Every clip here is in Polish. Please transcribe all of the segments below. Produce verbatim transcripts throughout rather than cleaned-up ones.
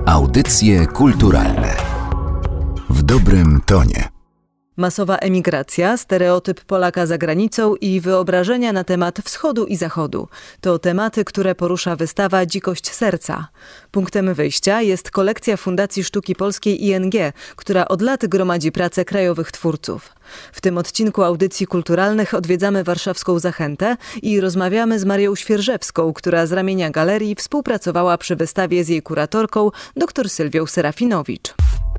Audycje kulturalne w dobrym tonie. Masowa emigracja, stereotyp Polaka za granicą i wyobrażenia na temat wschodu i zachodu. To tematy, które porusza wystawa Dzikość serca. Punktem wyjścia jest kolekcja Fundacji Sztuki Polskiej I N G, która od lat gromadzi pracę krajowych twórców. W tym odcinku audycji kulturalnych odwiedzamy warszawską Zachętę i rozmawiamy z Marią Świerżewską, która z ramienia galerii współpracowała przy wystawie z jej kuratorką, dr Sylwią Serafinowicz.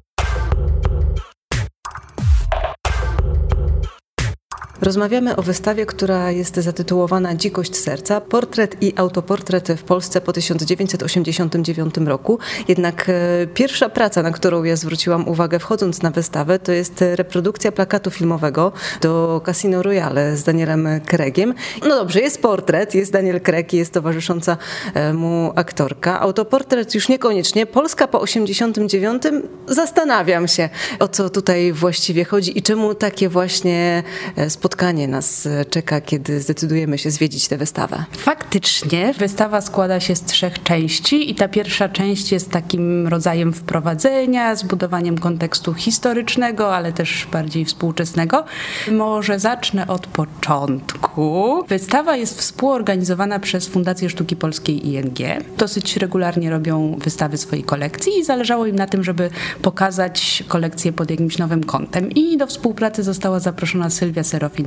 Rozmawiamy o wystawie, która jest zatytułowana Dzikość serca. Portret i autoportret w Polsce po tysiąc dziewięćset osiemdziesiątym dziewiątym roku. Jednak e, pierwsza praca, na którą ja zwróciłam uwagę wchodząc na wystawę, to jest reprodukcja plakatu filmowego do Casino Royale z Danielem Craigiem. No dobrze, jest portret, jest Daniel Craig, jest towarzysząca mu aktorka. Autoportret już niekoniecznie. Polska po osiemdziesiątym dziewiątym. Zastanawiam się, o co tutaj właściwie chodzi i czemu takie właśnie spotkanie Spotkanie nas czeka, kiedy zdecydujemy się zwiedzić tę wystawę. Faktycznie wystawa składa się z trzech części i ta pierwsza część jest takim rodzajem wprowadzenia, zbudowaniem kontekstu historycznego, ale też bardziej współczesnego. Może zacznę od początku. Wystawa jest współorganizowana przez Fundację Sztuki Polskiej I N G. Dosyć regularnie robią wystawy swojej kolekcji i zależało im na tym, żeby pokazać kolekcję pod jakimś nowym kątem. I do współpracy została zaproszona Sylwia Serafinowicz,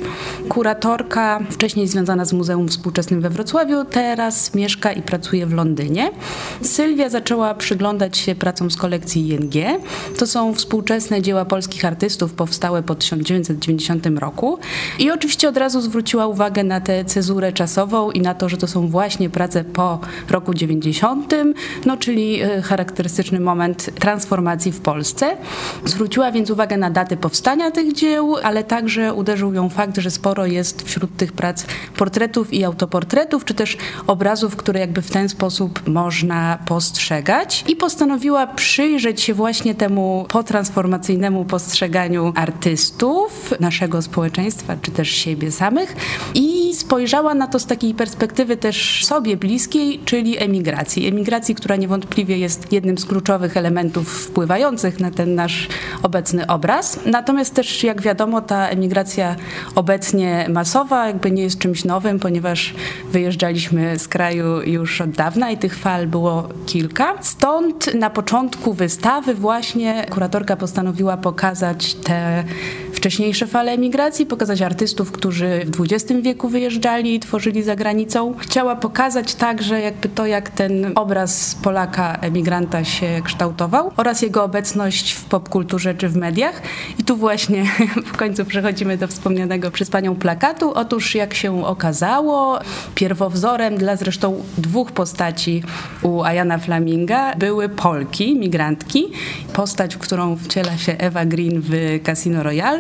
kuratorka, wcześniej związana z Muzeum Współczesnym we Wrocławiu, teraz mieszka i pracuje w Londynie. Sylwia zaczęła przyglądać się pracom z kolekcji I N G. To są współczesne dzieła polskich artystów powstałe po tysiąc dziewięćset dziewięćdziesiątym roku. I oczywiście od razu zwróciła uwagę na tę cezurę czasową i na to, że to są właśnie prace po roku dziewięćdziesiątym, no czyli charakterystyczny moment transformacji w Polsce. Zwróciła więc uwagę na daty powstania tych dzieł, ale także uderzył ją fakt, że sporo jest wśród tych prac portretów i autoportretów, czy też obrazów, które jakby w ten sposób można postrzegać. I postanowiła przyjrzeć się właśnie temu potransformacyjnemu postrzeganiu artystów, naszego społeczeństwa, czy też siebie samych i spojrzała na to z takiej perspektywy też sobie bliskiej, czyli emigracji. Emigracji, która niewątpliwie jest jednym z kluczowych elementów wpływających na ten nasz obecny obraz. Natomiast też, jak wiadomo, ta emigracja obecnie masowa jakby nie jest czymś nowym, ponieważ wyjeżdżaliśmy z kraju już od dawna i tych fal było kilka. Stąd na początku wystawy właśnie kuratorka postanowiła pokazać te wcześniejsze fale emigracji, pokazać artystów, którzy w dwudziestym wieku wyjeżdżali i tworzyli za granicą. Chciała pokazać także jakby to, jak ten obraz Polaka, emigranta się kształtował oraz jego obecność w popkulturze czy w mediach. I tu właśnie w końcu przechodzimy do wspomnianego przez panią plakatu. Otóż jak się okazało, pierwowzorem dla zresztą dwóch postaci u Iana Flaminga były Polki, migrantki. Postać, w którą wciela się Ewa Green w Casino Royale,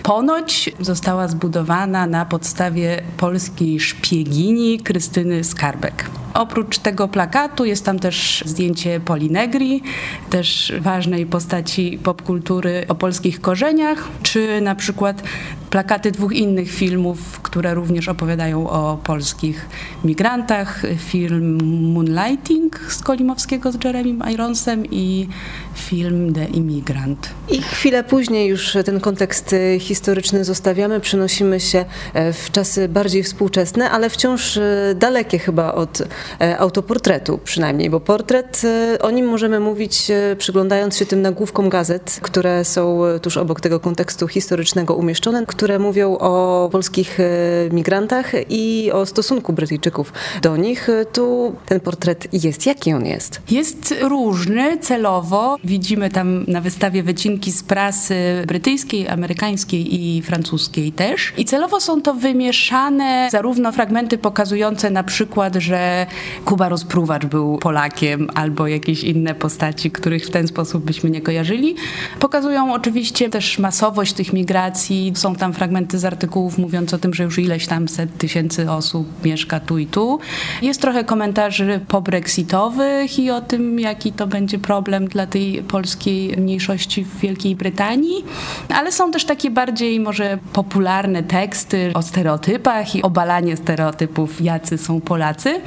ponoć została zbudowana na podstawie polskiej szpiegini Krystyny Skarbek. Oprócz tego plakatu jest tam też zdjęcie Poli Negri, też ważnej postaci popkultury o polskich korzeniach, czy na przykład plakaty dwóch innych filmów, które również opowiadają o polskich migrantach. Film Moonlighting z Kolimowskiego z Jeremym Ironsem i film The Immigrant. I chwilę później już ten kontekst historyczny zostawiamy, przenosimy się w czasy bardziej współczesne, ale wciąż dalekie chyba od autoportretu przynajmniej, bo portret, o nim możemy mówić przyglądając się tym nagłówkom gazet, które są tuż obok tego kontekstu historycznego umieszczone, które mówią o polskich migrantach i o stosunku Brytyjczyków do nich. Tu ten portret jest. Jaki on jest? Jest różny celowo. Widzimy tam na wystawie wycinki z prasy brytyjskiej, amerykańskiej i francuskiej też. I celowo są to wymieszane zarówno fragmenty pokazujące na przykład, że Kuba Rozpruwacz był Polakiem albo jakieś inne postaci, których w ten sposób byśmy nie kojarzyli. Pokazują oczywiście też masowość tych migracji. Są tam fragmenty z artykułów mówiąc o tym, że już ileś tam set tysięcy osób mieszka tu i tu. Jest trochę komentarzy pobrexitowych i o tym, jaki to będzie problem dla tej polskiej mniejszości w Wielkiej Brytanii, ale są też takie bardziej może popularne teksty o stereotypach i obalanie stereotypów, jacy są Polacy.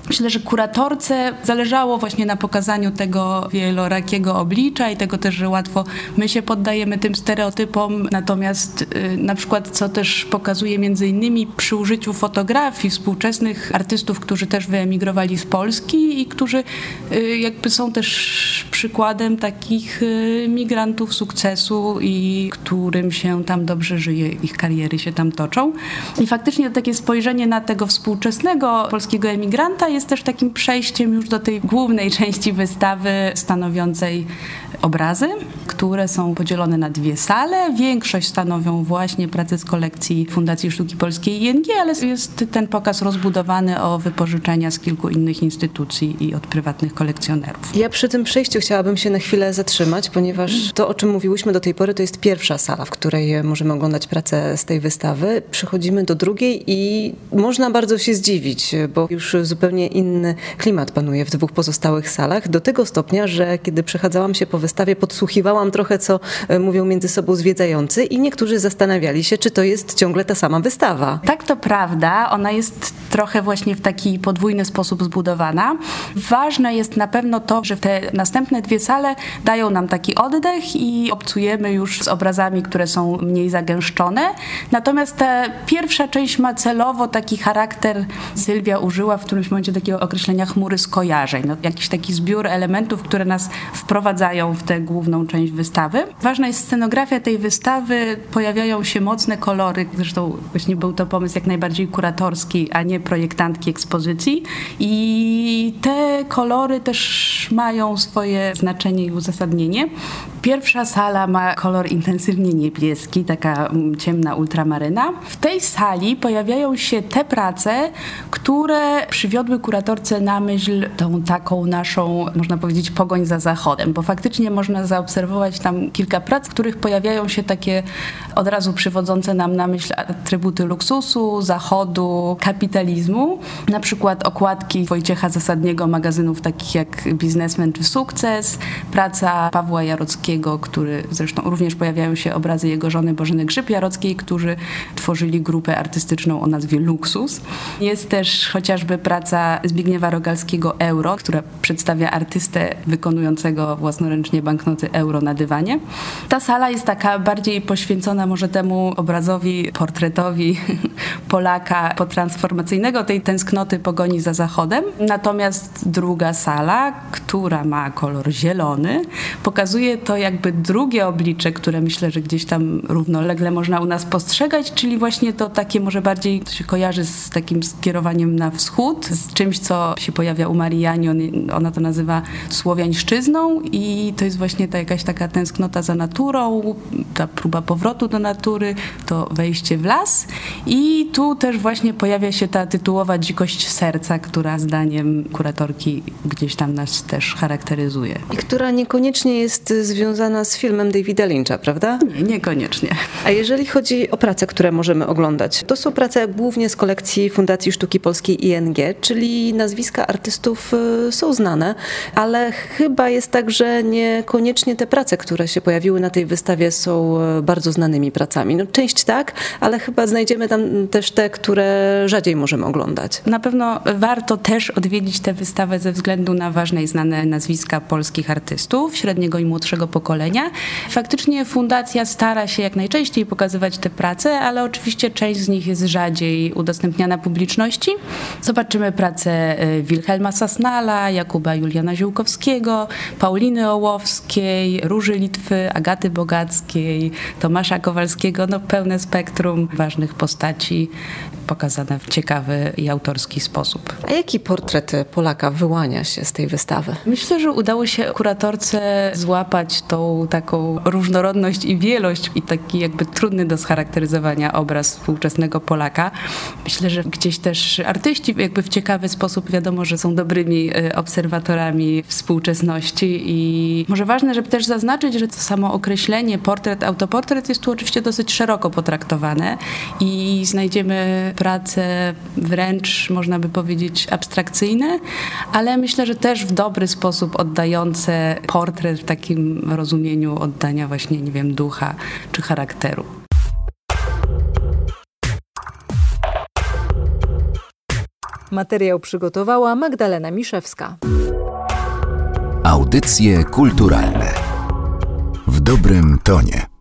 Myślę, że kuratorce zależało właśnie na pokazaniu tego wielorakiego oblicza i tego też, że łatwo my się poddajemy tym stereotypom. Natomiast y, na przykład, co też pokazuje między innymi przy użyciu fotografii współczesnych artystów, którzy też wyemigrowali z Polski i którzy y, jakby są też przykładem takich y, migrantów sukcesu i którym się tam dobrze żyje, ich kariery się tam toczą. I faktycznie takie spojrzenie na tego współczesnego polskiego emigranta jest też takim przejściem już do tej głównej części wystawy stanowiącej obrazy, które są podzielone na dwie sale. Większość stanowią właśnie prace z kolekcji Fundacji Sztuki Polskiej I N G, ale jest ten pokaz rozbudowany o wypożyczenia z kilku innych instytucji i od prywatnych kolekcjonerów. Ja przy tym przejściu chciałabym się na chwilę zatrzymać, ponieważ to, o czym mówiłyśmy do tej pory, to jest pierwsza sala, w której możemy oglądać pracę z tej wystawy. Przechodzimy do drugiej i można bardzo się zdziwić, bo już zupełnie inny klimat panuje w dwóch pozostałych salach, do tego stopnia, że kiedy przechadzałam się po wystawie, podsłuchiwałam trochę, co mówią między sobą zwiedzający i niektórzy zastanawiali się, czy to jest ciągle ta sama wystawa. Tak, to prawda. Ona jest trochę właśnie w taki podwójny sposób zbudowana. Ważne jest na pewno to, że te następne dwie sale dają nam taki oddech i obcujemy już z obrazami, które są mniej zagęszczone. Natomiast ta pierwsza część ma celowo taki charakter, Sylwia użyła w którymś momencie takiego określenia chmury skojarzeń. No, jakiś taki zbiór elementów, które nas wprowadzają w tę główną część wystawy. Ważna jest scenografia tej wystawy, pojawiają się mocne kolory, zresztą właśnie był to pomysł jak najbardziej kuratorski, a nie projektantki ekspozycji i te kolory też mają swoje znaczenie i uzasadnienie. Pierwsza sala ma kolor intensywnie niebieski, taka ciemna ultramaryna. W tej sali pojawiają się te prace, które przywiodły kuratorce na myśl tą taką naszą, można powiedzieć, pogoń za zachodem, bo faktycznie można zaobserwować tam kilka prac, w których pojawiają się takie od razu przywodzące nam na myśl atrybuty luksusu, zachodu, kapitalizmu. Na przykład okładki Wojciecha Zasadniego, magazynów takich jak Biznesmen czy Sukces, praca Pawła Jarockiego, który zresztą również pojawiają się obrazy jego żony Bożeny Grzyb-Jarockiej, którzy tworzyli grupę artystyczną o nazwie Luksus. Jest też chociażby praca Zbigniewa Rogalskiego Euro, która przedstawia artystę wykonującego własnoręcznie banknoty euro na dywanie. Ta sala jest taka bardziej poświęcona może temu obrazowi, portretowi Polaka potransformacyjnego, tej tęsknoty pogoni za Zachodem. Natomiast druga sala, która ma kolor zielony, pokazuje to jakby drugie oblicze, które myślę, że gdzieś tam równolegle można u nas postrzegać, czyli właśnie to takie może bardziej to się kojarzy z takim skierowaniem na wschód, z czymś, co się pojawia u Marii Jani, ona to nazywa słowiańszczyzną i to jest właśnie ta jakaś taka tęsknota za naturą, ta próba powrotu do natury, to wejście w las i tu też właśnie pojawia się ta tytułowa dzikość serca, która zdaniem kuratorki gdzieś tam nas też charakteryzuje. I która niekoniecznie jest związana z filmem Davida Lyncha, prawda? Nie, niekoniecznie. A jeżeli chodzi o prace, które możemy oglądać, to są prace głównie z kolekcji Fundacji Sztuki Polskiej I N G, czyli nazwiska artystów są znane, ale chyba jest tak, że niekoniecznie te prace, które się pojawiły na tej wystawie, są bardzo znanymi pracami. No, część tak, ale chyba znajdziemy tam też te, które rzadziej możemy oglądać. Na pewno warto też odwiedzić tę wystawę ze względu na ważne i znane nazwiska polskich artystów, średniego i młodszego pokolenia. Faktycznie fundacja stara się jak najczęściej pokazywać te prace, ale oczywiście część z nich jest rzadziej udostępniana publiczności. Zobaczymy pracę Wilhelma Sasnala, Jakuba Juliana Ziółkowskiego, Pauliny Ołowskiej, Róży Litwy, Agaty Bogackiej, Tomasza Kowalskiego, no pełne spektrum ważnych postaci pokazane w ciekawy i autorski sposób. A jaki portret Polaka wyłania się z tej wystawy? Myślę, że udało się kuratorce złapać tą taką różnorodność i wielość i taki jakby trudny do scharakteryzowania obraz współczesnego Polaka. Myślę, że gdzieś też artyści jakby w ciekawy sposób wiadomo, że są dobrymi obserwatorami współczesności i może ważne, żeby też zaznaczyć, że to samo określenie portret, autoportret jest tu oczywiście dosyć szeroko potraktowane i znajdziemy prace wręcz, można by powiedzieć, abstrakcyjne, ale myślę, że też w dobry sposób oddające portret w takim rozumieniu oddania właśnie, nie wiem, ducha czy charakteru. Materiał przygotowała Magdalena Miszewska. Audycje kulturalne w dobrym tonie.